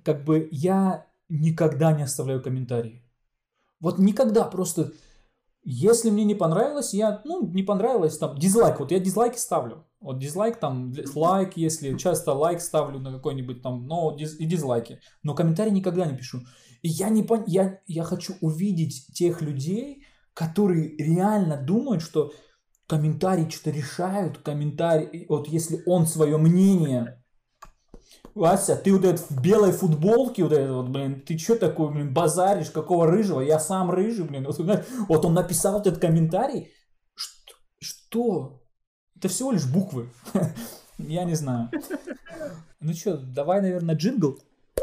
как бы я никогда не оставляю комментарии. Вот никогда, просто если мне не понравилось, не понравилось, там, дизлайк, вот я дизлайки ставлю. Вот дизлайк, там, лайк, если часто лайк ставлю на какой-нибудь там, и дизлайки. Но комментарий никогда не пишу. И я хочу увидеть тех людей, которые реально думают, что комментарии что-то решают, вот если он свое мнение... Вася, ты вот этот в белой футболке, вот этот вот, блин, ты что такой, блин, базаришь, какого рыжего? Я сам рыжий, блин. Вот он написал этот комментарий. Что? Это всего лишь буквы. Я не знаю. Ну что, давай, наверное, джингл.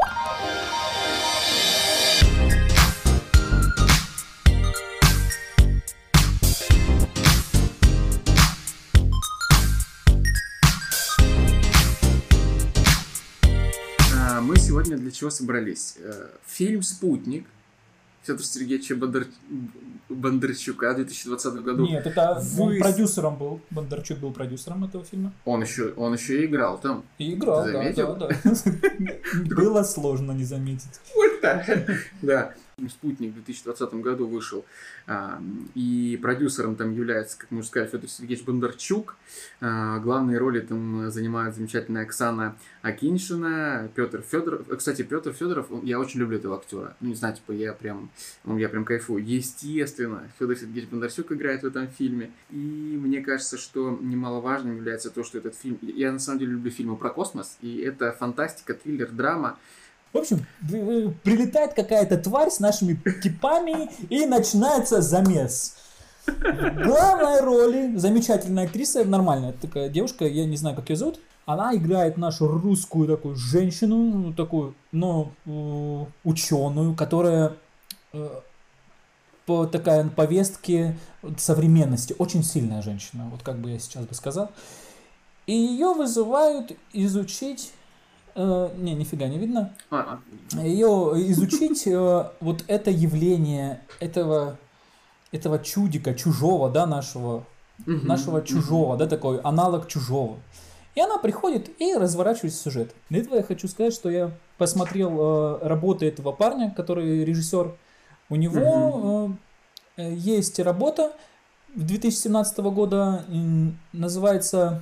Мы сегодня для чего собрались? Фильм «Спутник» Федора Сергеевича Бондарчука в 2020 году. Нет, это он продюсером был. Бондарчук был продюсером этого фильма. Он еще и играл там. И играл, да. Было сложно не заметить. Вот так. Да. «Спутник» в 2020 году вышел. И продюсером там является, как мы уже сказали, Федор Сергеевич Бондарчук. Главные роли там занимают замечательная Оксана Акиньшина, Петр Федоров. Кстати, Петр Федоров, я очень люблю этого актера. Ну, не знаю, типа, я прям кайфую. Естественно, Федор Сергеевич Бондарчук играет в этом фильме. И мне кажется, что немаловажным является то, что этот фильм... Я на самом деле люблю фильмы про космос. И это фантастика, триллер, драма. В общем, прилетает какая-то тварь с нашими типами, и начинается замес. В главной роли замечательная актриса, нормальная такая девушка, я не знаю, как ее зовут. Она играет нашу русскую такую женщину, такую, ученую, которая по такой повестке современности. Очень сильная женщина, вот как бы я сейчас бы сказал. И ее вызывают изучить... нифига не видно. Ее изучить, вот это явление этого чудика, чужого, да, нашего чужого, да, такой аналог чужого. И она приходит и разворачивает сюжет. Для этого я хочу сказать, что я посмотрел работы этого парня, который режиссер. У него есть работа 2017 года, называется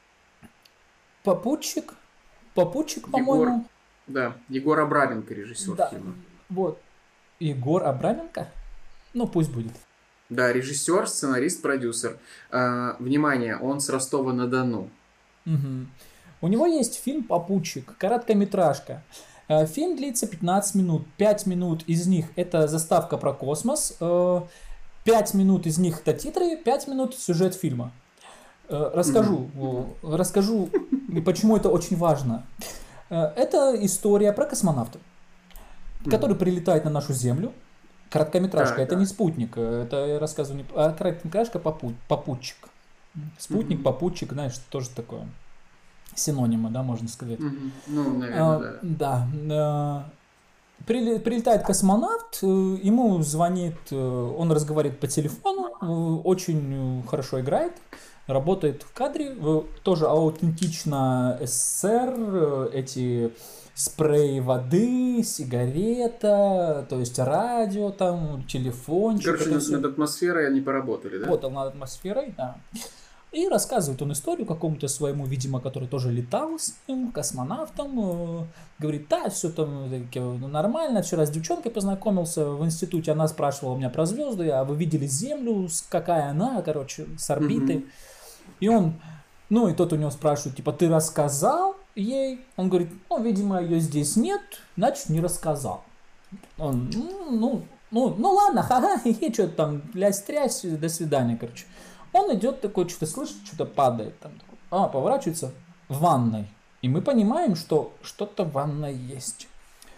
«Попутчик», по-моему. Егор Абраменко, режиссер фильма. Вот. Егор Абраменко? Ну, пусть будет. Да, режиссер, сценарист, продюсер. Внимание, он с Ростова-на-Дону. Угу. У него есть фильм «Попутчик», короткометражка. Фильм длится 15 минут. 5 минут из них это заставка про космос. 5 минут из них это титры, 5 минут сюжет фильма. Расскажу, почему это очень важно. Это история про космонавта, который прилетает на нашу Землю. Короткометражка, это не спутник, это я рассказываю, а короткометражка попутчик. Спутник, попутчик, знаешь, тоже такое синонимы, да, можно сказать. Ну, наверное, да. Да. Прилетает космонавт, ему звонит, он разговаривает по телефону, очень хорошо играет. Работает в кадре, тоже аутентично СССР, эти спреи воды, сигарета, то есть радио, там, телефончик. Короче, над атмосферой они поработали, да? Работал над атмосферой, да. И рассказывает он историю какому-то своему, видимо, который тоже летал с ним, космонавтом. Говорит, да, все там нормально. Вчера с девчонкой познакомился в институте. Она спрашивала у меня про звезды. А вы видели Землю? Какая она? Короче, с орбиты. И он, и тот у него спрашивает, типа, ты рассказал ей? Он говорит, видимо, ее здесь нет, значит, не рассказал. Он, ладно, ха-ха, что-то там, лясь-трясь, до свидания, короче. Он идет такой, что-то слышит, что-то падает. Там, поворачивается в ванной. И мы понимаем, что что-то в ванной есть.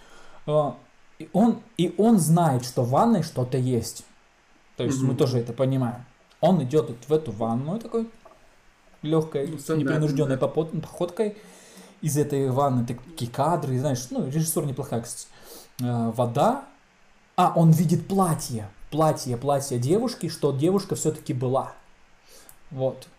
И он знает, что в ванной что-то есть. То есть мы тоже это понимаем. Он идет в эту ванную такой легкой, непринужденной походкой. Из этой ванны такие кадры, знаешь, режиссер неплохая, кстати. Вода. Он видит платье девушки, что девушка все-таки была. Вот.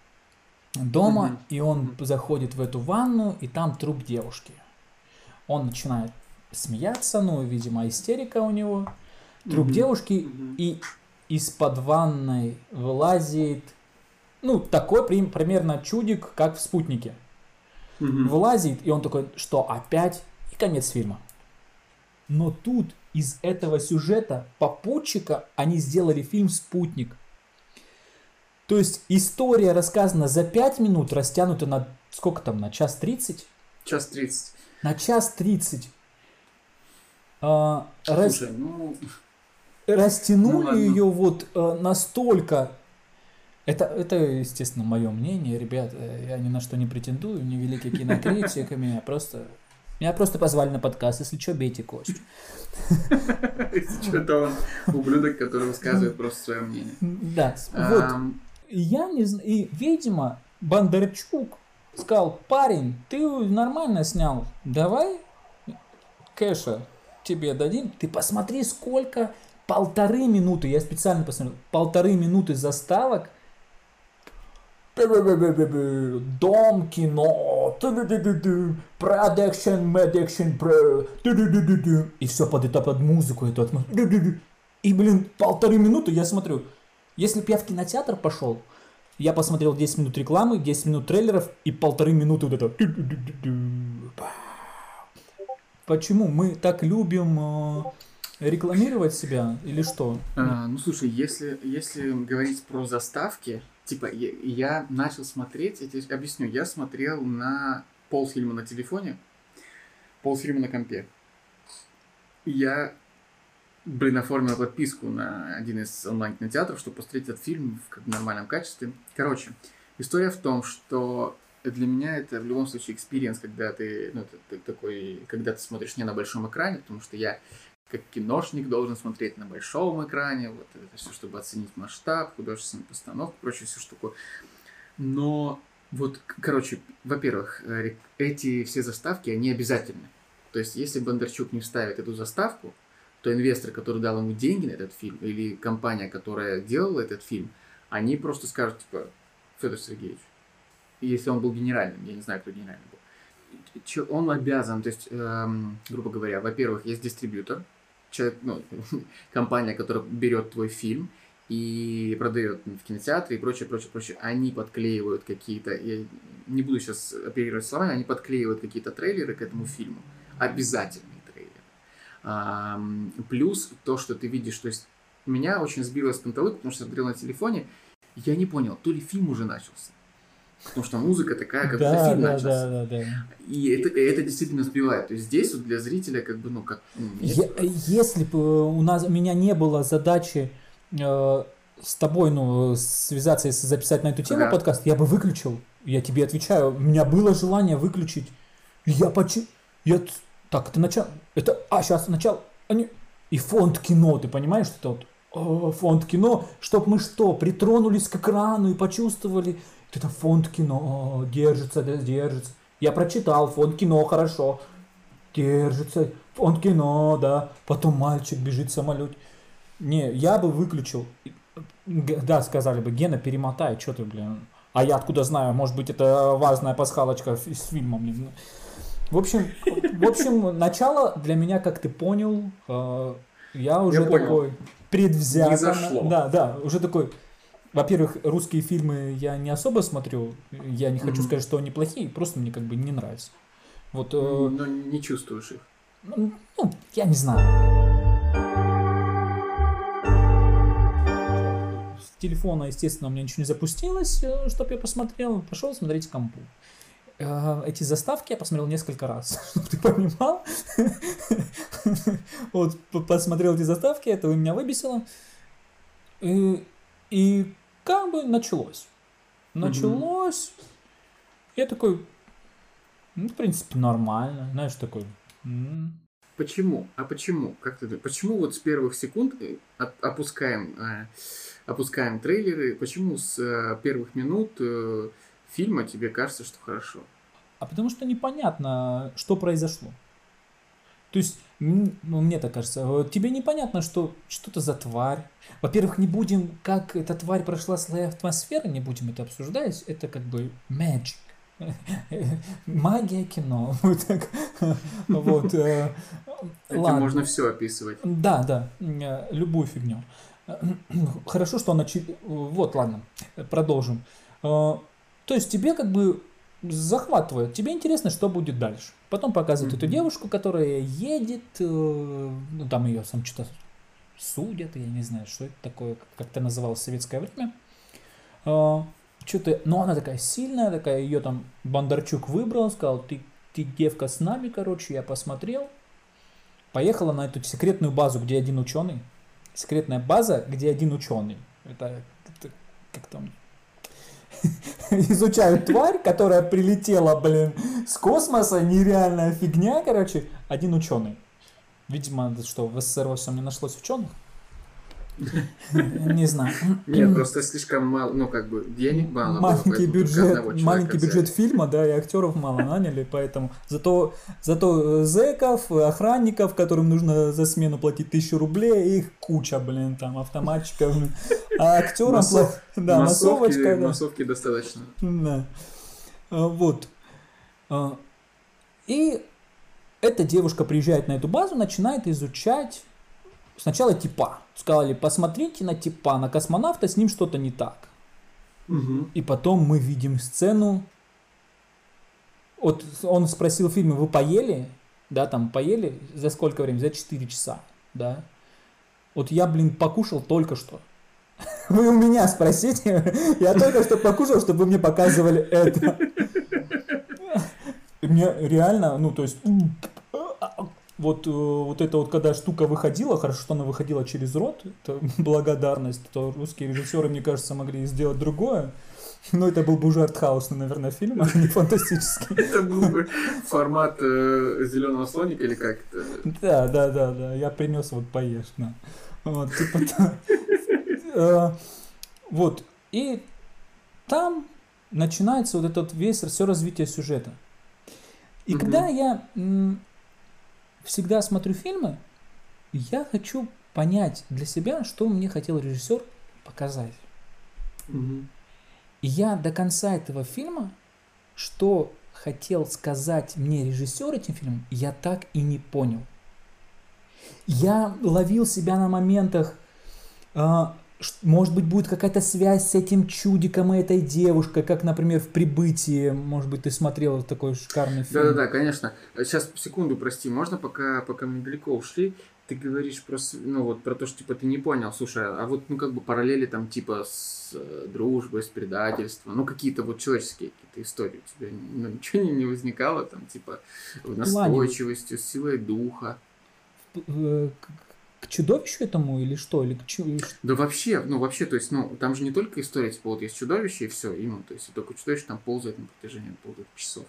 Дома, и он заходит в эту ванну, и там труп девушки. Он начинает смеяться, ну, видимо, истерика у него. Труп девушки, и из-под ванной вылазит, ну, такой примерно чудик, как в «Спутнике». Вылазит, и он такой, что, опять? И конец фильма. Но тут из этого сюжета попутчика они сделали фильм «Спутник». То есть история рассказана за 5 минут, растянута на сколько там, на час 30? Час 30. На час 30. Слушай, растянули ее вот настолько. Это, естественно, мое мнение, ребят. Я ни на что не претендую, не великий кинокритик. Меня просто позвали на подкаст. Если что, бейте Костю. Если что, то он ублюдок, который высказывает просто свое мнение. Да, вот. Я не знаю. И, видимо, Бондарчук сказал: парень, ты нормально снял. Давай кэша тебе дадим. Ты посмотри, сколько. 1,5 минуты. Я специально посмотрел. 1,5 минуты заставок. Дом кино, продакшн, медакшн, и все под музыку эту. И, 1,5 минуты я смотрю. Если бы я в кинотеатр пошел, я посмотрел 10 минут рекламы, 10 минут трейлеров и 1,5 минуты вот это. Почему мы так любим рекламировать себя или что? Ну слушай, если говорить про заставки, типа я начал смотреть, я тебе объясню, я смотрел на полфильма на телефоне, полфильма на компе. Я, оформил подписку на один из онлайн-кинотеатров, чтобы посмотреть этот фильм в нормальном качестве. Короче, история в том, что для меня это в любом случае экспириенс, когда ты, когда ты смотришь не на большом экране, потому что я как киношник должен смотреть на большом экране, вот это все, чтобы оценить масштаб, художественную постановку, прочее все такое. Но вот, короче, во-первых, эти все заставки, они обязательны. То есть, если Бондарчук не вставит эту заставку, то инвестор, который дал ему деньги на этот фильм, или компания, которая делала этот фильм, они просто скажут, типа, Федор Сергеевич, если он был генеральным, я не знаю, кто генеральный был, он обязан, то есть, грубо говоря, во-первых, есть дистрибьютор, человек, компания, которая берет твой фильм и продает в кинотеатре и прочее. Они подклеивают какие-то, я не буду сейчас оперировать словами, они подклеивают какие-то трейлеры к этому фильму, обязательные трейлеры. Плюс то, что ты видишь, то есть меня очень сбило с панталык, потому что я смотрел на телефоне, я не понял, то ли фильм уже начался. Потому что музыка такая, как будто фильм начался. Да. И это действительно сбивает. То есть здесь вот для зрителя если бы у меня не было задачи с тобой связаться и записать на эту тему подкаст, я бы выключил. Я тебе отвечаю. У меня было желание выключить. Так, это начало. Сейчас начало. И фонд кино, ты понимаешь, что это вот фонд кино, чтоб мы притронулись к экрану и почувствовали. Это фонд кино, держится. Я прочитал, фонд кино, хорошо. Держится, фонд кино, да. Потом мальчик бежит в самолете. Не, я бы выключил. Да, сказали бы, Гена, перемотай, что ты, А я откуда знаю, может быть, это важная пасхалочка с фильмом. В общем, начало для меня, как ты понял, я уже такой предвзято. Не зашло. Да, уже такой. Во-первых, русские фильмы я не особо смотрю. Я не хочу сказать, что они плохие, просто мне не нравятся. Вот. Но не чувствуешь их. Я не знаю. С телефона, естественно, у меня ничего не запустилось, чтобы я посмотрел. Пошел смотреть в компу. Эти заставки я посмотрел несколько раз, чтобы ты понимал. Вот, посмотрел эти заставки, это меня выбесило. И началось. Я такой, в принципе, нормально. Знаешь, такой. Почему? Как ты думаешь? Почему вот с первых секунд опускаем трейлеры? Почему с первых минут фильма тебе кажется, что хорошо? А потому что непонятно, что произошло. То есть, мне так кажется, тебе непонятно, что это за тварь. Во-первых, не будем, как эта тварь прошла слои атмосферы, не будем это обсуждать. Это magic. Магия кино. Вот. Этим Ладно. можно все описывать. Да, любую фигню. Хорошо, что она... Вот, ладно, продолжим. То есть тебе как бы захватывает, тебе интересно, что будет дальше. Потом показывают эту девушку, которая едет, ну там ее сам что-то судят, я не знаю, что это такое, как это называлось в советское время. Что-то, но она такая сильная, такая, ее там Бондарчук выбрал, сказал, ты девка с нами, короче, я посмотрел. Поехала на эту секретную базу, где один ученый. Секретная база, где один ученый. Это как там... Изучают тварь, которая прилетела, блин, с космоса. Нереальная фигня, короче. Один ученый. Видимо, что в СССР во всем не нашлось ученых. Не знаю. Нет, просто слишком мало, ну как бы денег мало. Маленький бюджет фильма, да, и актеров мало наняли, поэтому зато зэков, охранников, которым нужно за смену платить 1000 рублей, их куча, блин, там автоматчиков, а актерам массовочка, да. Массовки достаточно. Да. Вот. И эта девушка приезжает на эту базу, начинает изучать сначала типа. Сказали, посмотрите на типа, на космонавта, с ним что-то не так. Угу. И потом мы видим сцену. Вот он спросил в фильме, вы поели? Да, там поели? За сколько времени? За 4 часа. Да. Вот я, блин, покушал только что. Вы у меня спросите. Я только что покушал, чтобы вы мне показывали это. Мне реально, ну то есть... Вот это вот, когда штука выходила, хорошо, что она выходила через рот, это благодарность, то русские режиссеры, мне кажется, могли сделать другое, но это был бы уже артхаусный, наверное, фильм, а не фантастический. Это был бы формат зеленого слоника или как это? Да, я принес, вот поешь, да. Вот, типа вот, и там начинается вот этот все развитие сюжета. И когда я... всегда смотрю фильмы, я хочу понять для себя, что мне хотел режиссер показать. И я до конца этого фильма, что хотел сказать мне режиссер этим фильмом, я так и не понял. Я ловил себя на моментах, может быть, будет какая-то связь с этим чудиком и этой девушкой, как, например, в «Прибытии». Может быть, ты смотрел такой шикарный фильм. Да, конечно. Сейчас, секунду, прости, можно, пока мы далеко ушли, ты говоришь про, ну, вот, про то, что типа ты не понял. Слушай, а вот, ну, как бы параллели там типа с дружбой, с предательством, ну, какие-то вот человеческие какие-то истории у тебя, ну, ничего не возникало там, типа, настойчивостью, силой духа. К чудовищу этому или что? Или Да вообще, то есть, ну, там же не только история, типа, вот есть чудовище и все, и, ну, то есть, и только чудовище там ползает на протяжении полутора часов.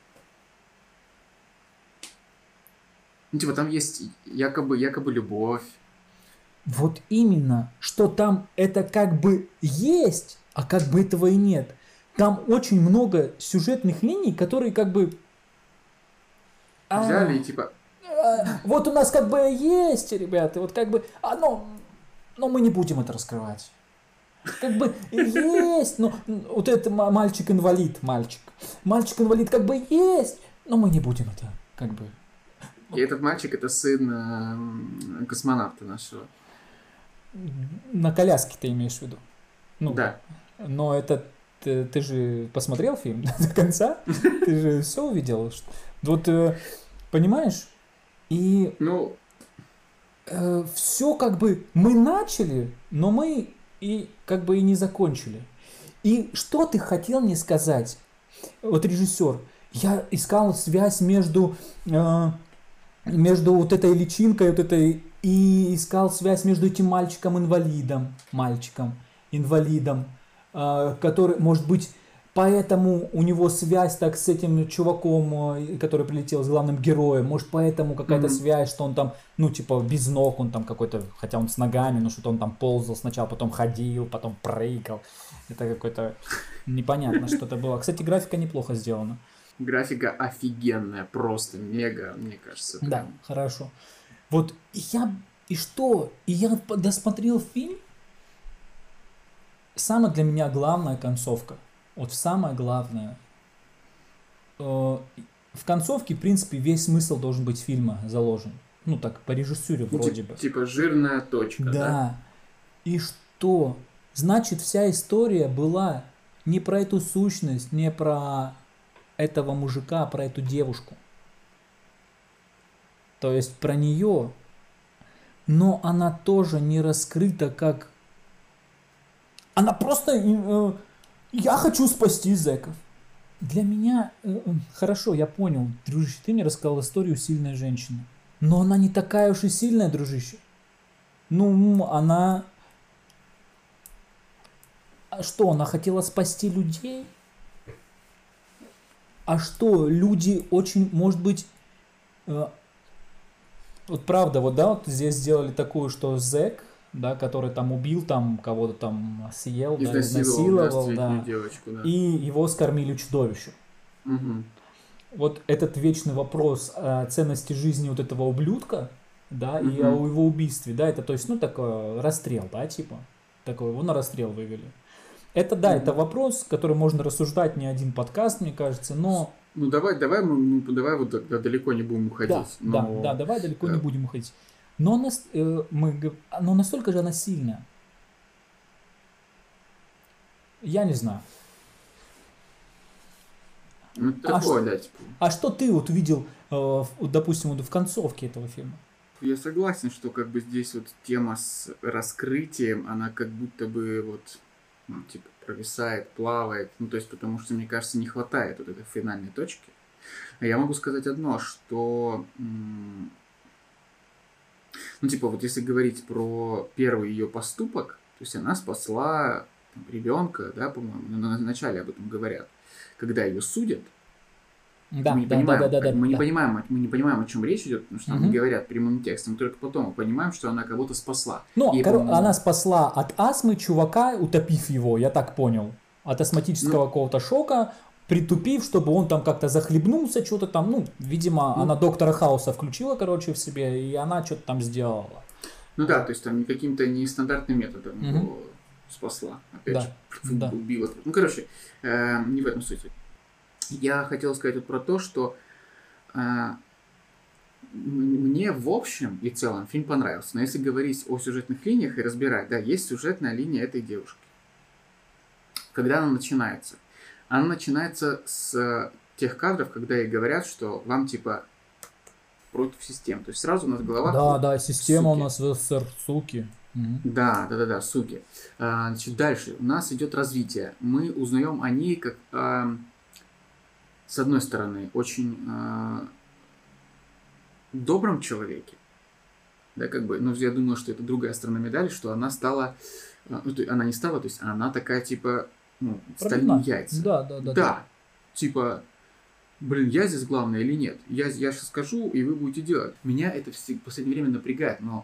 Ну, типа, там есть якобы любовь. Вот именно, что там это как бы есть, а как бы этого и нет. Там очень много сюжетных линий, которые как бы... Взяли и типа... Вот у нас как бы есть, ребята, вот как бы, но мы не будем это раскрывать. Как бы есть, но вот это мальчик-инвалид как бы есть, но мы не будем это, как бы. И этот мальчик, это сын космонавта нашего. На коляске ты имеешь в виду? Ну, да. Но это, ты же посмотрел фильм до конца? Ты же все увидел? Вот, понимаешь? И все как бы мы начали, но мы и как бы и не закончили. И что ты хотел мне сказать, вот режиссер? Я искал связь между вот этой личинкой, вот этой, и искал связь между этим мальчиком-инвалидом, который, может быть, поэтому у него связь так с этим чуваком, который прилетел, с главным героем. Может, поэтому какая-то связь, что он там, ну, типа, без ног, он там какой-то, хотя он с ногами, но что-то он там ползал сначала, потом ходил, потом прыгал. Это какое-то непонятно, что это было. Кстати, графика неплохо сделана. Графика офигенная, просто мега, мне кажется. Да, хорошо. Вот, я досмотрел фильм. Самая для меня главная концовка. Вот самое главное. В концовке, в принципе, весь смысл должен быть фильма заложен. Ну так, по режиссуре вроде бы. Типа жирная точка, да? Да. И что? Значит, вся история была не про эту сущность, не про этого мужика, а про эту девушку. То есть про нее. Но она тоже не раскрыта как... Она просто... я хочу спасти зэков. Для меня... хорошо, я понял. Дружище, ты мне рассказал историю сильной женщины. Но она не такая уж и сильная, дружище. Ну, она... А что, она хотела спасти людей? А что, люди очень, может быть... вот правда, вот да, вот здесь сделали такую, что зэк, да, который там убил, там кого-то там съел, да, изнасиловал, да, девочку, да. И его скормили чудовищу. Угу. Вот этот вечный вопрос о ценности жизни вот этого ублюдка, да, и о его убийстве, да, это то есть, ну, такой расстрел, да, типа, такой, его на расстрел вывели. Это, да, это вопрос, который можно рассуждать не один подкаст, мне кажется, но... Ну, давай вот далеко не будем уходить. Да, но... да, давай далеко не будем уходить. Но, но настолько же она сильная. Я не знаю. Ну, такое, да, типа. А что ты вот увидел, допустим, вот в концовке этого фильма? Я согласен, что как бы здесь вот тема с раскрытием, она как будто бы вот, ну, типа, провисает, плавает. Ну, то есть, потому что, мне кажется, не хватает вот этой финальной точки. А я могу сказать одно, что... Ну, типа, вот если говорить про первый ее поступок, то есть она спасла ребенка, да, по-моему, в начале об этом говорят. Когда ее судят, да, мы не понимаем, о чем речь идет, потому что там не говорят прямым текстом, только потом мы понимаем, что она кого-то спасла. Ну, она спасла от астмы чувака, утопив его, я так понял, от астматического какого-то шока, притупив, чтобы он там как-то захлебнулся, что-то там, ну, видимо, она доктора Хауса включила, короче, в себе, и она что-то там сделала. Ну да, то есть там каким-то нестандартным методом его спасла. Опять же, убила. Ну, короче, не в этом суть. Я хотел сказать вот про то, что мне в общем и целом фильм понравился. Но если говорить о сюжетных линиях и разбирать, да, есть сюжетная линия этой девушки. Когда она начинается? Она начинается с тех кадров, когда ей говорят, что вам типа против систем. То есть сразу у нас голова... Да, система суки. У нас в СССР, суки. Да, суки. Значит, дальше у нас идет развитие. Мы узнаем о ней как... с одной стороны, очень добром человеке, да, как бы, но я думаю, что это другая сторона медали, что она стала, она не стала, то есть она такая, типа, ну, стальные яйца. Да, типа, блин, я здесь главное или нет? Я сейчас скажу, и вы будете делать. Меня это в последнее время напрягает, но...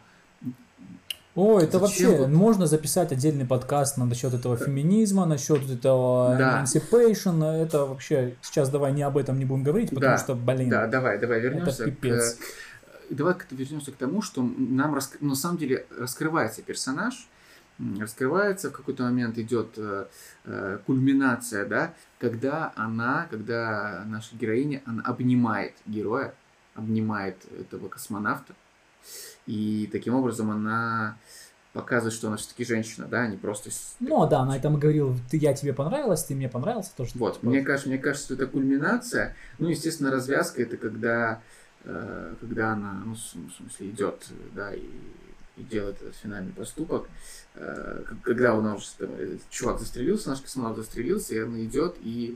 О, это вообще, вот... можно записать отдельный подкаст насчет этого феминизма, насчет этого emancipation, это вообще, сейчас давай не об этом не будем говорить, потому что, блин, да, давай вернемся это пипец. Давай как-то вернемся к тому, что нам на самом деле раскрывается персонаж, раскрывается, в какой-то момент идет кульминация, да, когда наша героиня, она обнимает героя, обнимает этого космонавта, и таким образом она показывает, что она все-таки женщина, да, не просто... Ну да, она там говорила, я тебе понравилась, ты мне понравился, тоже. Вот, мне кажется, что это кульминация. Ну, естественно, развязка это когда она, ну, в смысле, идет, да, и делает этот финальный поступок. Когда он уже, чувак застрелился, наш космонавт застрелился, и он идет и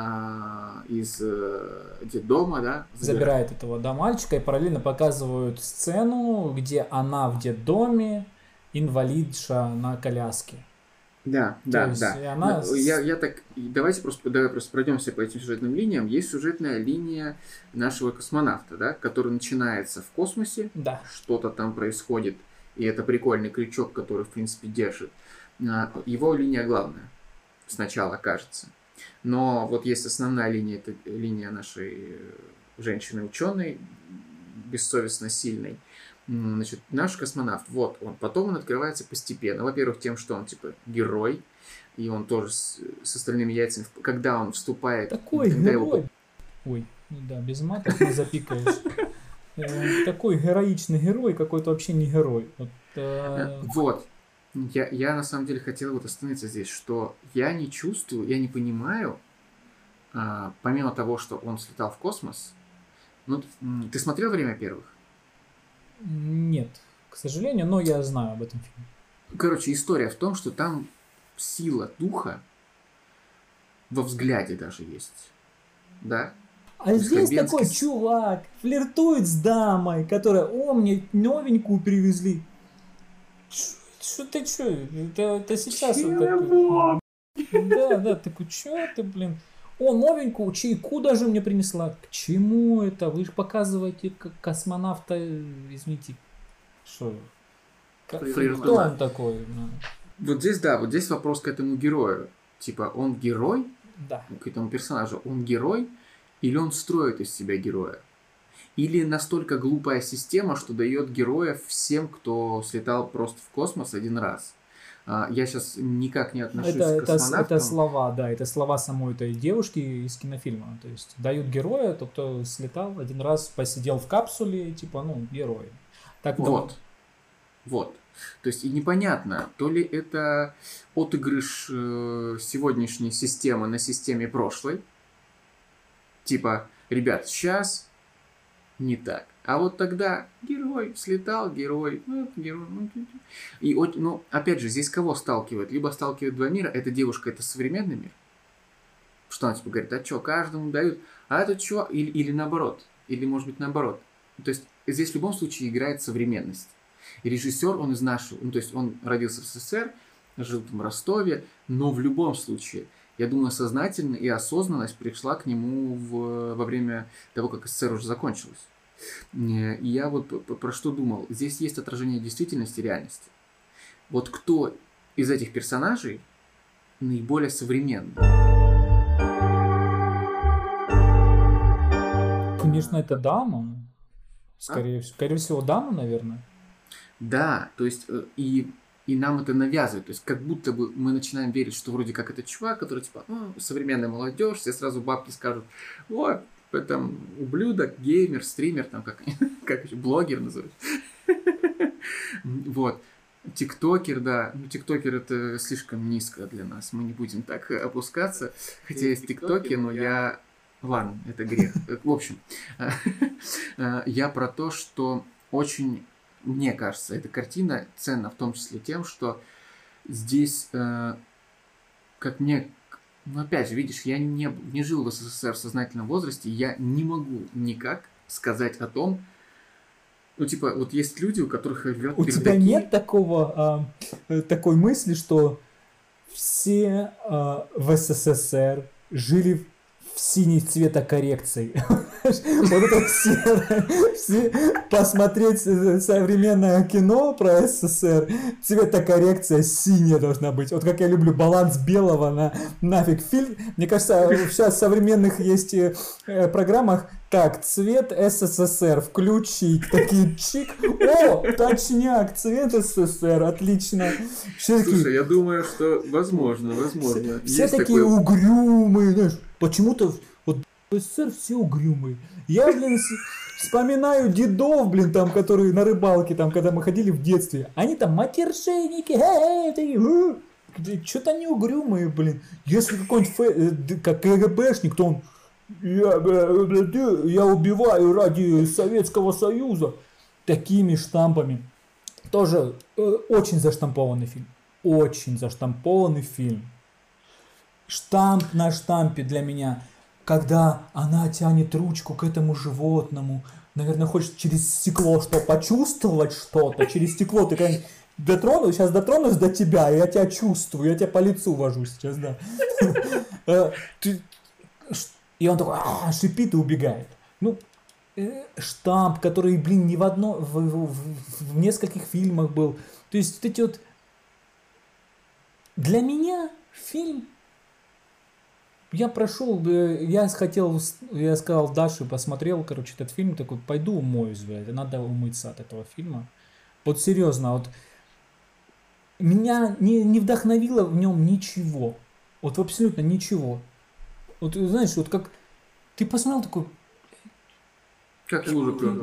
из детдома, да, забирает этого, да, мальчика, и параллельно показывают сцену, где она в детдоме, инвалидша на коляске. Да. Она... Давай просто пройдемся по этим сюжетным линиям. Есть сюжетная линия нашего космонавта, да, который начинается в космосе, что-то там происходит, и это прикольный крючок, который, в принципе, держит. Его линия главная сначала, кажется. Но вот есть основная линия, это линия нашей женщины-ученой, бессовестно сильной. Значит, наш космонавт, вот он. Потом он открывается постепенно. Во-первых, тем, что он, типа, герой, и он тоже с остальными яйцами, когда он вступает... Такой герой! Ой, да, без матов не запикаешь. Такой героичный герой, какой-то вообще не герой. Вот. Я на самом деле хотел вот остановиться здесь, что я не чувствую, я не понимаю, помимо того, что он слетал в космос. Ну, ты смотрел «Время первых»? Нет, к сожалению, но я знаю об этом фильме. Короче, история в том, что там сила духа во взгляде даже есть. Да? А здесь такой чувак флиртует с дамой, которая, мне новенькую привезли. Что ты чё? Это сейчас... Да, такой, чё ты, блин? Новенькую чайку даже мне принесла. К чему это? Вы же показываете космонавта, извините, что? Кто он такой? Вот здесь вопрос к этому герою. Типа, он герой? Да. К этому персонажу. Он герой? Или он строит из себя героя? Или настолько глупая система, что дает героев всем, кто слетал просто в космос один раз? Я сейчас никак не отношусь к космонавтам. Это слова самой этой девушки из кинофильма. То есть дают героя, тот, кто слетал один раз, посидел в капсуле, типа, герой. Так вот. То есть и непонятно, то ли это отыгрыш сегодняшней системы на системе прошлой. Типа, ребят, сейчас не так. А вот тогда герой слетал, герой. И, опять же, здесь кого сталкивает? Либо сталкивает два мира. Эта девушка, это современный мир. Что она типа говорит, каждому дают? А это что? Или наоборот. Или, может быть, наоборот. То есть, здесь в любом случае играет современность. И режиссер, он из нашего... то есть, он родился в СССР, жил там в Ростове, но в любом случае, я думаю, сознательно и осознанность пришла к нему во время того, как СССР уже закончилось. И я вот про что думал. Здесь есть отражение действительности, реальности. Вот кто из этих персонажей наиболее современный? Конечно, это дама. Скорее всего, дама, наверное. Да, то есть и нам это навязывают. То есть как будто бы мы начинаем верить, что вроде как это чувак, который типа, современная молодежь, все сразу бабки скажут, вот, там ублюдок, геймер, стример, там как еще, блогер называют. Вот. Тиктокер, да. Тиктокер это слишком низко для нас. Мы не будем так опускаться. Хотя есть тиктоки, но я... Ладно, это грех. В общем, я про то, что очень, мне кажется, эта картина ценна в том числе тем, что здесь, как мне... опять же, видишь, я не жил в СССР в сознательном возрасте, я не могу никак сказать о том, вот есть люди, у которых рвет пердаки. У тебя нет такой мысли, что все в СССР жили в синий цветокоррекции. Вот это все посмотреть современное кино про СССР, цветокоррекция синяя должна быть. Вот как я люблю баланс белого нафиг фильм. Мне кажется, сейчас в современных есть программах так, цвет СССР включить, такие чик, точняк, цвет СССР, отлично. Слушай, я думаю, что возможно. Все такие угрюмые, знаешь, почему-то вот в СССР все угрюмые. Я, вспоминаю дедов, там, которые на рыбалке, там, когда мы ходили в детстве, они там матершинники, что-то они угрюмые, Если какой-нибудь как КГБшник, то он... Я убиваю ради Советского Союза. Такими штампами. Тоже очень заштампованный фильм. Очень заштампованный фильм. Штамп на штампе для меня. Когда она тянет ручку к этому животному. Наверное, хочет через стекло почувствовать что-то. Через стекло ты как-нибудь сейчас дотронусь до тебя, и я тебя чувствую. Я тебя по лицу вожу сейчас, да. И он такой шипит и убегает. Штамп, который, не в одном, в нескольких фильмах был. То есть, эти вот... Для меня фильм... Я сказал Даше, посмотрел, этот фильм, такой, пойду умоюсь, надо умыться от этого фильма. Вот серьезно, вот меня не вдохновило в нем ничего. Вот абсолютно ничего. Вот знаешь, вот как ты посмотрел такой... Как лужа прыгнул.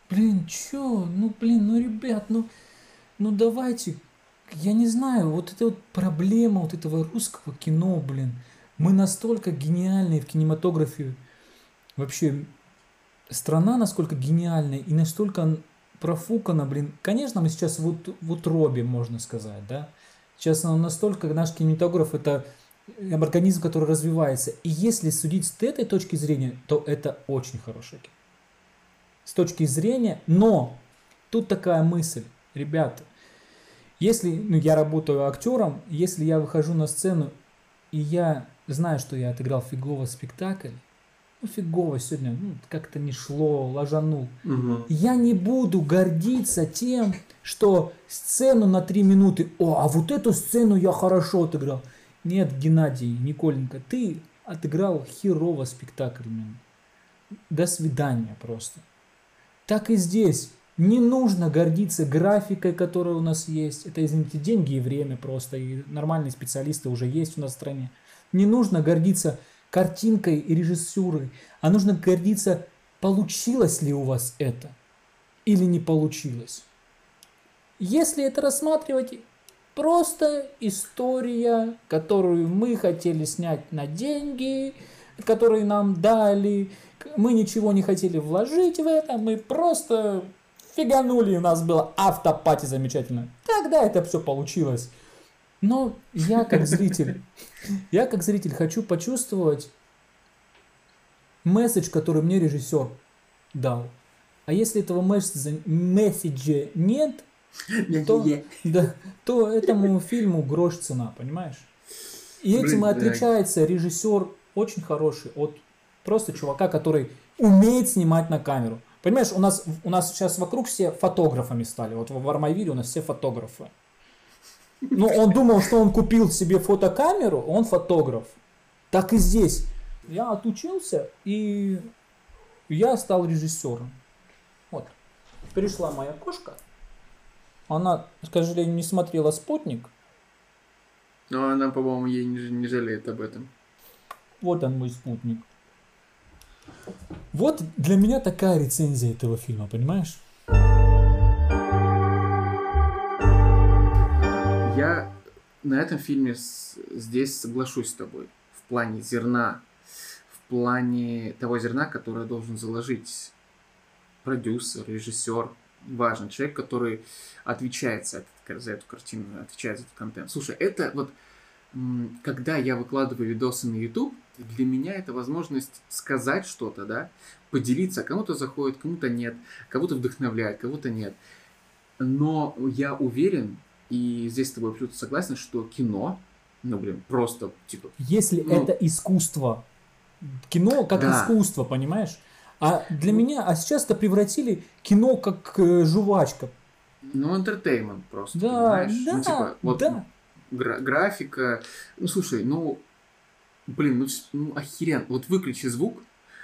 блин, чё, ну, блин, ну, ребят, ну, давайте, я не знаю, вот это вот проблема вот этого русского кино, блин. Мы настолько гениальные в кинематографе, вообще, страна насколько гениальная и настолько профукана, блин. Конечно, мы сейчас в утробе, можно сказать, да. Сейчас настолько наш кинематограф это организм, который развивается. И если судить с этой точки зрения, то это очень хорошее кино. С точки зрения, но тут такая мысль, ребята, если я работаю актером, если я выхожу на сцену и я знаю, что я отыграл фигово спектакль, фигово сегодня, как-то не шло, ложанул. Угу. Я не буду гордиться тем, что сцену на 3 минуты, а вот эту сцену я хорошо отыграл. Нет, Геннадий Николенко, ты отыграл херово спектакль. До свидания просто. Так и здесь. Не нужно гордиться графикой, которая у нас есть. Это, извините, деньги и время просто. И нормальные специалисты уже есть у нас в стране. Не нужно гордиться картинкой и режиссурой. А нужно гордиться, получилось ли у вас это или не получилось. Если это рассматривать, просто история, которую мы хотели снять на деньги, которые нам дали. Мы ничего не хотели вложить в это, мы просто фиганули, у нас было автопати замечательно. Тогда это все получилось. Но я как зритель хочу почувствовать месседж, который мне режиссер дал. А если этого месседжа нет, то этому фильму грош цена, понимаешь? И этим и отличается режиссер очень хороший от просто чувака, который умеет снимать на камеру. Понимаешь, у нас сейчас вокруг все фотографами стали. Вот в Армавире у нас все фотографы. Ну, он думал, что он купил себе фотокамеру, он фотограф. Так и здесь. Я отучился, и я стал режиссером. Вот. Пришла моя кошка. Она, к сожалению, не смотрела «Спутник». Но она, по-моему, ей не жалеет об этом. Вот он, мой спутник. Вот для меня такая рецензия этого фильма, понимаешь? Я на этом фильме здесь соглашусь с тобой. В плане зерна. В плане того зерна, которое должен заложить продюсер, режиссер. Важный человек, который отвечает за эту картину, отвечает за этот контент. Слушай, это вот, когда я выкладываю видосы на YouTube, для меня это возможность сказать что-то, да, поделиться. Кому-то заходит, кому-то нет, кого-то вдохновляет, кого-то нет. Но я уверен, и здесь с тобой абсолютно согласен, что кино, просто типа... Если это искусство, кино как искусство, понимаешь? А для меня, сейчас это превратили кино как жвачка. Entertainment просто, да, понимаешь? Да, да. Графика. Слушай, охеренно. Вот выключи звук,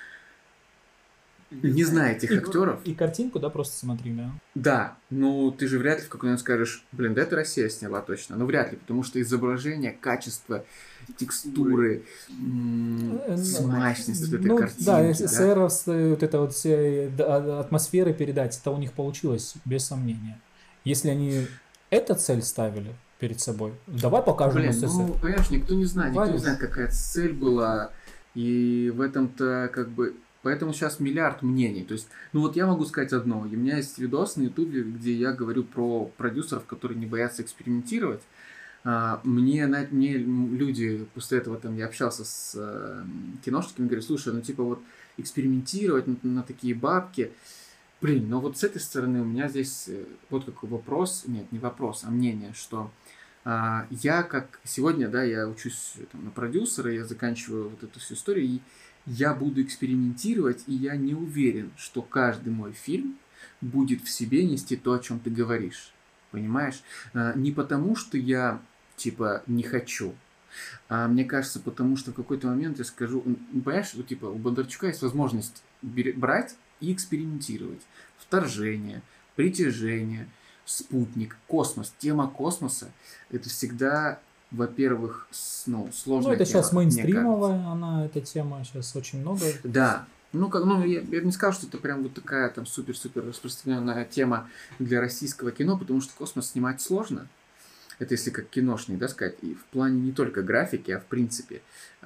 не зная этих актеров. И картинку, да, просто смотри, да. Да, ты же вряд ли в какой-то момент скажешь, да это Россия сняла точно. Вряд ли, потому что изображение, качество, текстуры, смачность вот этой картинки. Да, СССР, вот это вот все атмосферы передать, это у них получилось, без сомнения. Если они эту цель ставили перед собой, давай покажем СССР. Понимаешь, никто не знает, какая цель была, и в этом-то Поэтому сейчас миллиард мнений. То есть, я могу сказать одно. У меня есть видос на Ютубе, где я говорю про продюсеров, которые не боятся экспериментировать. Мне люди, после этого я общался с киношниками, говорят, слушай, экспериментировать на такие бабки. Вот с этой стороны у меня здесь вот какой вопрос, нет, не вопрос, а мнение, что я сегодня, я учусь на продюсера, я заканчиваю вот эту всю историю, и я буду экспериментировать, и я не уверен, что каждый мой фильм будет в себе нести то, о чем ты говоришь. Понимаешь? Не потому, что я, не хочу, а мне кажется, потому что в какой-то момент я скажу, понимаешь, у Бондарчука есть возможность брать и экспериментировать. Вторжение, притяжение, спутник, космос. Тема космоса – это всегда... Во-первых, сложная это тема, сейчас мейнстримовая, эта тема сейчас очень много. Да, Я не сказал, что это прям вот такая там супер-супер распространенная тема для российского кино, потому что космос снимать сложно. Это если как киношник, да, сказать, и в плане не только графики, а в принципе.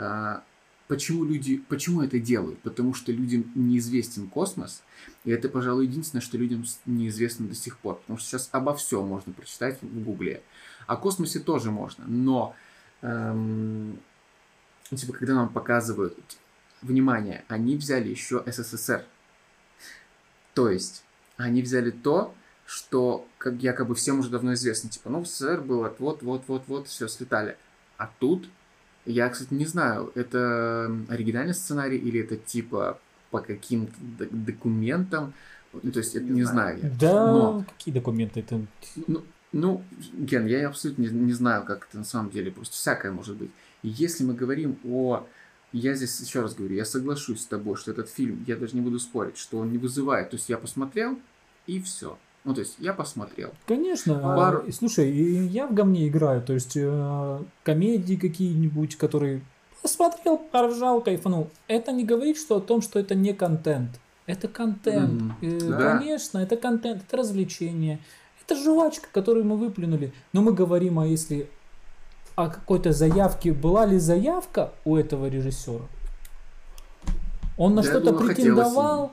Почему это делают? Потому что людям неизвестен космос, и это, пожалуй, единственное, что людям неизвестно до сих пор. Потому что сейчас обо всем можно прочитать в Гугле. О космосе тоже можно, но когда нам показывают, внимание, они взяли еще СССР. То есть, они взяли то, что как якобы всем уже давно известно. В СССР было вот, все, слетали. А тут, я, кстати, не знаю, это оригинальный сценарий или это по каким-то документам. То есть, это не знаю я. Да, какие документы это? Ген, я абсолютно не знаю, как это на самом деле, просто всякое может быть. И если мы говорим я здесь еще раз говорю, я соглашусь с тобой, что этот фильм, я даже не буду спорить, что он не вызывает. То есть, я посмотрел, и все. То есть, я посмотрел. Конечно. Слушай, я в говне играю. То есть, комедии какие-нибудь, которые посмотрел, поржал, кайфанул. Это не говорит о том, что это не контент. Это контент. Конечно, это контент, это развлечение. Это жвачка, которую мы выплюнули. Но мы говорим, если о какой-то заявке. Была ли заявка у этого режиссера? Он на что-то претендовал?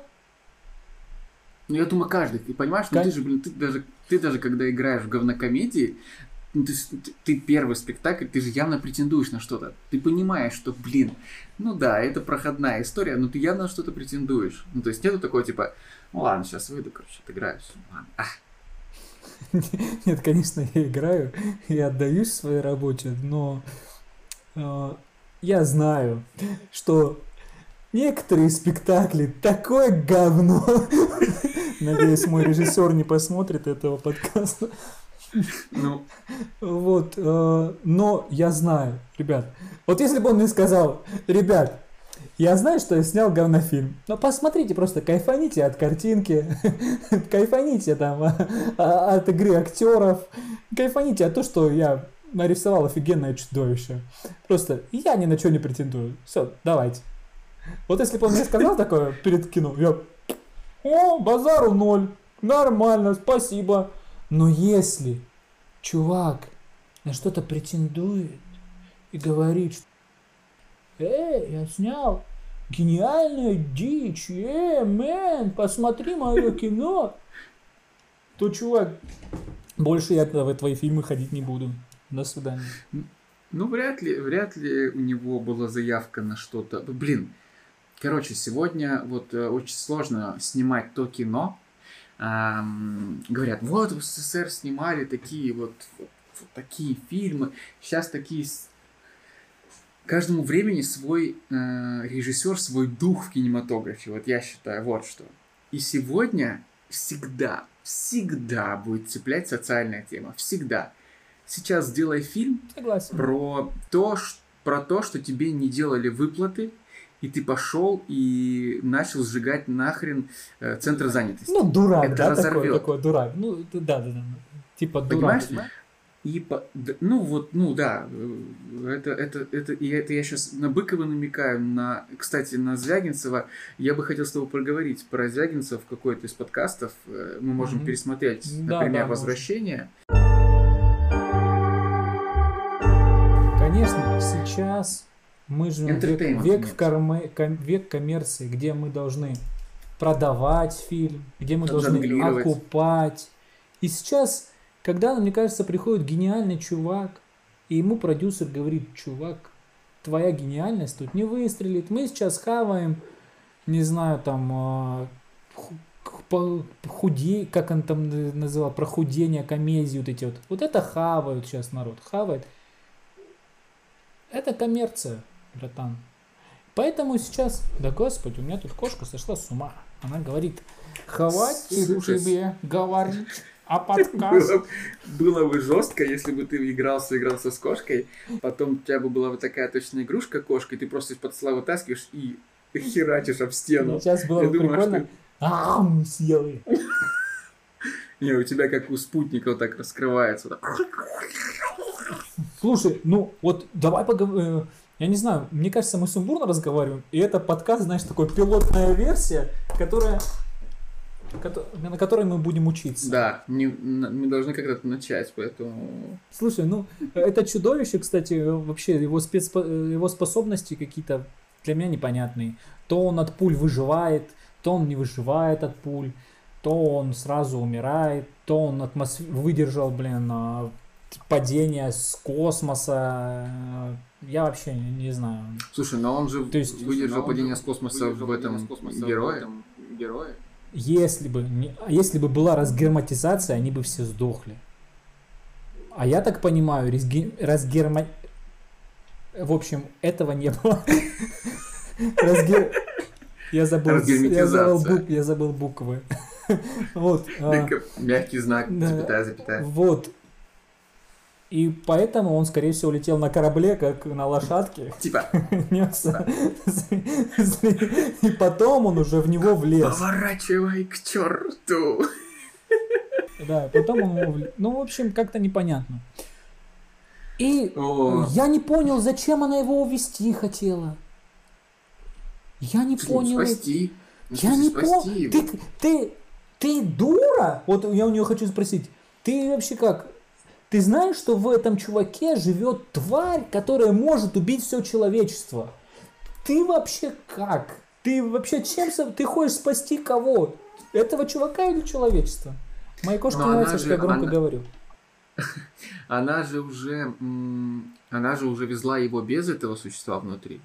Я думаю, каждый. Ты понимаешь, ты даже когда играешь в говнокомедии, ты первый спектакль, ты же явно претендуешь на что-то. Ты понимаешь, что, это проходная история, но ты явно на что-то претендуешь. То есть нету такого ладно, сейчас выйду, отыграюсь. Ладно. Нет, конечно, я играю и отдаюсь своей работе, но я знаю, что некоторые спектакли такое говно. Надеюсь, мой режиссер не посмотрит этого подкаста. Но я знаю, ребят. Вот если бы он мне сказал, ребят, я знаю, что я снял говнофильм, но посмотрите, просто кайфаните от картинки, кайфаните там от игры актеров, кайфаните от того, что я нарисовал офигенное чудовище. Просто я ни на что не претендую. Все, давайте. Вот если бы он мне сказал такое перед кино, я базару 0, нормально, спасибо. Но если чувак на что-то претендует и говорит, что я снял гениальную дичь, посмотри мое кино, то, чувак, больше я в твои фильмы ходить не буду. До свидания. Вряд ли у него была заявка на что-то. Сегодня очень сложно снимать то кино. Говорят, в СССР снимали такие такие фильмы, сейчас такие. Каждому времени свой режиссер, свой дух в кинематографе. Я считаю, что. И сегодня всегда будет цеплять социальная тема. Всегда. Сейчас сделай фильм про то, что тебе не делали выплаты, и ты пошел и начал сжигать нахрен центр занятости. Дурак, это разорвет. Такой дурак. Да. Дурак. Понимаешь? Это я сейчас на Быкова намекаю, кстати, на Звягинцева. Я бы хотел с тобой поговорить про Звягинцева в какой-то из подкастов. Мы можем пересмотреть, например, «Возвращение». Конечно, сейчас мы живем век коммерции, где мы должны продавать фильм, где мы должны окупать. И сейчас, когда, мне кажется, приходит гениальный чувак, и ему продюсер говорит, чувак, твоя гениальность тут не выстрелит, мы сейчас хаваем, не знаю, там, как он там называл, прохудение, комедии, вот это хавают сейчас народ, хавает. Это коммерция, братан. Поэтому сейчас, да господи, у меня тут кошка сошла с ума. Она говорит, хватит тебе говорить о подкасте. Было бы жестко, если бы ты игрался с кошкой, потом у тебя бы была такая точная игрушка кошка, и ты просто из-под стола вытаскиваешь и херачишь об стену. Сейчас было бы прикольно. Съел ее. Не, у тебя как у спутника вот так раскрывается. Слушай, давай поговорим. Я не знаю, мне кажется, мы сумбурно разговариваем, и это подкаст, знаешь, такой пилотная версия, на которой мы будем учиться. Да, мы должны когда-то начать, поэтому... Слушай, ну, это чудовище, кстати, вообще, его способности какие-то для меня непонятные. То он от пуль выживает, то он не выживает от пуль, то он сразу умирает, то он выдержал, падение с космоса. Я вообще не знаю. Слушай, но он же выдержал падение с космоса в этом герое. Если бы была разгерматизация, они бы все сдохли. А я так понимаю, в общем, этого не было. Я забыл буквы. Вот. Мягкий знак, запятая. Вот. И поэтому он, скорее всего, летел на корабле, как на лошадке. Типа. Несся. И потом он уже в него влез. Поворачивай к черту. Да, потом он... Ну, в общем, как-то непонятно. И я не понял, зачем она его увезти хотела. Я не понял. Спасти. Я не понял. Ты дура? Вот я у нее хочу спросить. Ты вообще как? Ты знаешь, что в этом чуваке живет тварь, которая может убить все человечество? Ты вообще как? Ты вообще ты хочешь спасти кого? Этого чувака или человечество? Моей кошке нравится, что я громко говорю. Она же уже везла его без этого существа внутри.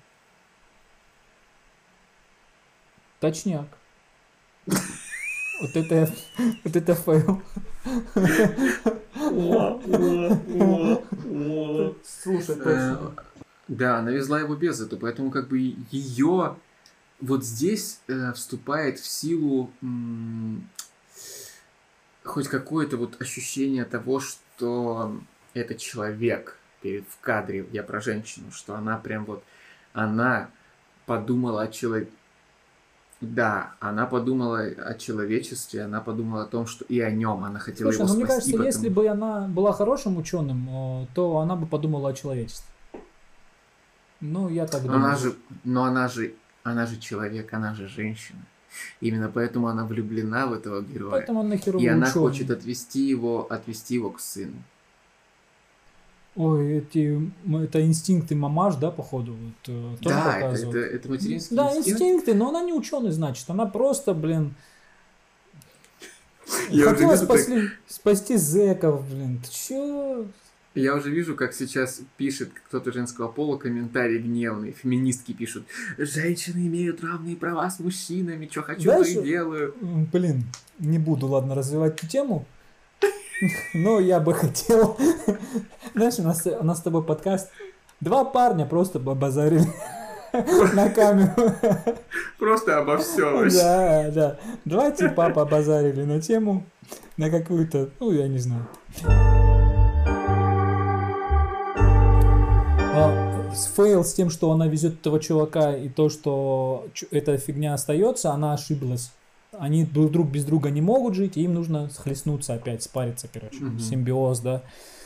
Точняк. Вот это фейл. Слушай, точно. Да, она везла его без этого, поэтому как бы ее вот здесь вступает в силу хоть какое-то вот ощущение того, что это человек в кадре, я про женщину, что она прям вот, она подумала о человеке. Да, она подумала о человечестве, она подумала о том, что и о нем, она хотела его спасти. Мне кажется, если бы она была хорошим ученым, то она бы подумала о человечестве. Ну, я так думаю. Она же человек, она же женщина. Именно поэтому она влюблена в этого героя. Поэтому она херовый И она ученый. хочет отвести его к сыну. Ой, это инстинкты мамаш, да, походу? Да, это материнские инстинкты. Да, инстинкты, но она не ученый, значит. Она просто, хотела спасти зэков, Ты чё? Я уже вижу, как сейчас пишет кто-то женского пола комментарий гневный. Феминистки пишут: женщины имеют равные права с мужчинами, что хочу, то и делаю. Не буду, ладно, развивать эту тему. Но я бы хотел... Знаешь, у нас с тобой подкаст. Два парня просто базарили на камеру. Просто обо всем. Да. Два типа побазарили на тему, на какую-то, я не знаю. Фейл с тем, что она везет этого чувака, и то, что эта фигня остается, она ошиблась. Они друг без друга не могут жить, и им нужно схлестнуться опять, спариться, симбиоз, да.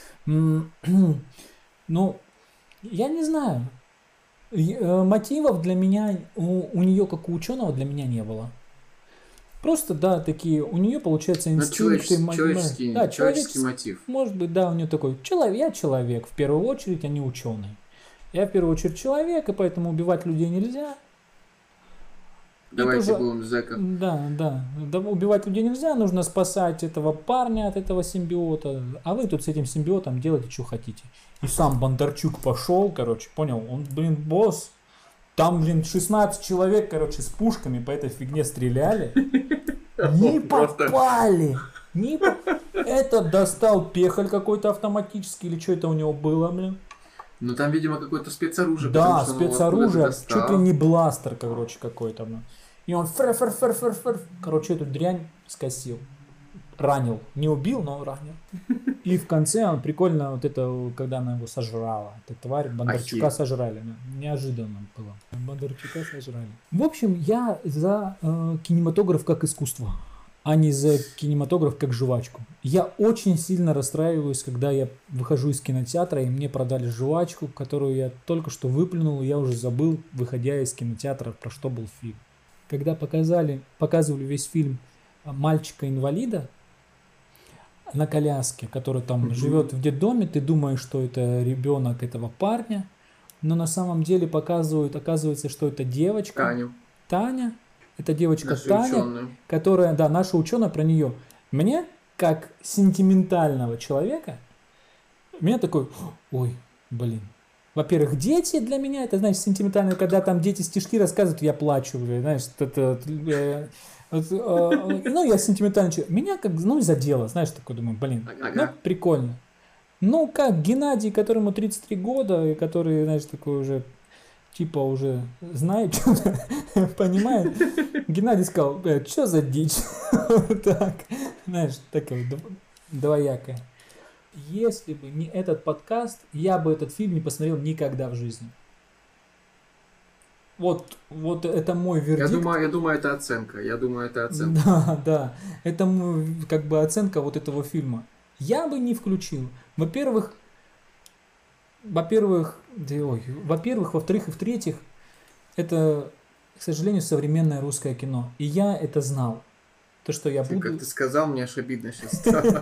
Ну, я не знаю. Мотивов для меня, у нее, как у ученого, для меня не было. Просто, да, такие, у нее, получается, инстинкты. Человеческий мотив. Может быть, да, у нее такой, я человек, в первую очередь, а не ученый. Я в первую очередь человек, и поэтому убивать людей нельзя. Давайте будем зэков. Да. Убивать людей нельзя, нужно спасать этого парня от этого симбиота. А вы тут с этим симбиотом делайте, что хотите. И сам Бондарчук пошел, понял, он, босс. Там, 16 человек, с пушками по этой фигне стреляли. Не попали. Этот достал пехаль какой-то автоматический, или что это у него было, Ну там, видимо, какое-то спецоружие. Да, спецоружие, чуть ли не бластер, какой-то. И он эту дрянь скосил. Ранил. Не убил, но ранил. И в конце он прикольно, когда она его сожрала. Эта тварь, Бондарчука сожрали. Неожиданно было. Бондарчука сожрали. В общем, я за кинематограф как искусство. а не за кинематограф как жвачку. Я очень сильно расстраиваюсь, когда я выхожу из кинотеатра, и мне продали жвачку, которую я только что выплюнул, и я уже забыл, выходя из кинотеатра, про что был фильм. Когда показывали весь фильм мальчика-инвалида на коляске, который там живет в детдоме, ты думаешь, что это ребенок этого парня, но на самом деле оказывается, что это девочка. Таня. Это девочка наша Таня, ученая. которая, да, наша ученая, про нее. Мне, как сентиментального человека, меня такой, ой, блин. Во-первых, дети для меня, это, знаешь, сентиментально, когда там дети стишки рассказывают, я плачу, знаешь, ну, я сентиментальный человек. Меня как, задело, знаешь, такой, думаю, блин, прикольно. Ну, как Геннадий, которому 33 года, и который, знаешь, такой уже, типа, уже знает что-то, понимает. Геннадий сказал, что за дичь? Так, знаешь, такое двоякое. Если бы не этот подкаст, я бы этот фильм не посмотрел никогда в жизни. Вот это мой вердикт. Я думаю, это оценка. Да. Это как бы оценка вот этого фильма. Я бы не включил. Во-первых, во-вторых и в-третьих, это, к сожалению, современное русское кино. И я это знал. То, что я буду... Как ты сказал, мне аж обидно сейчас стало.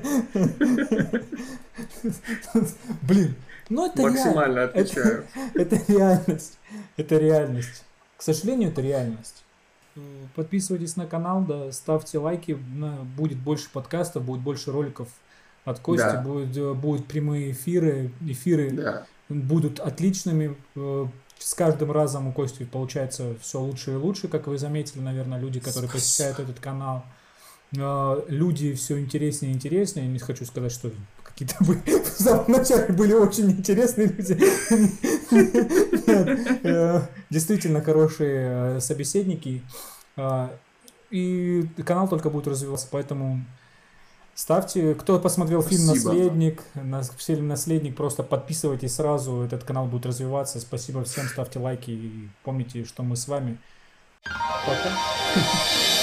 Блин, ну это максимально отвечаю. Это реальность. Это реальность. К сожалению, это реальность. Подписывайтесь на канал, да, ставьте лайки. Будет больше подкастов, будет больше роликов от Кости, да. Будут прямые эфиры. Эфиры будут отличными. С каждым разом у Кости получается все лучше и лучше, как вы заметили, наверное, люди, которые посещают этот канал. Люди все интереснее и интереснее. Не хочу сказать, что какие-то в самом начале были очень интересные люди. Нет, действительно хорошие собеседники. И канал только будет развиваться, поэтому ставьте. Кто посмотрел фильм «Наследник», фильм «Наследник», просто подписывайтесь сразу, этот канал будет развиваться. Спасибо всем, ставьте лайки и помните, что мы с вами. Пока.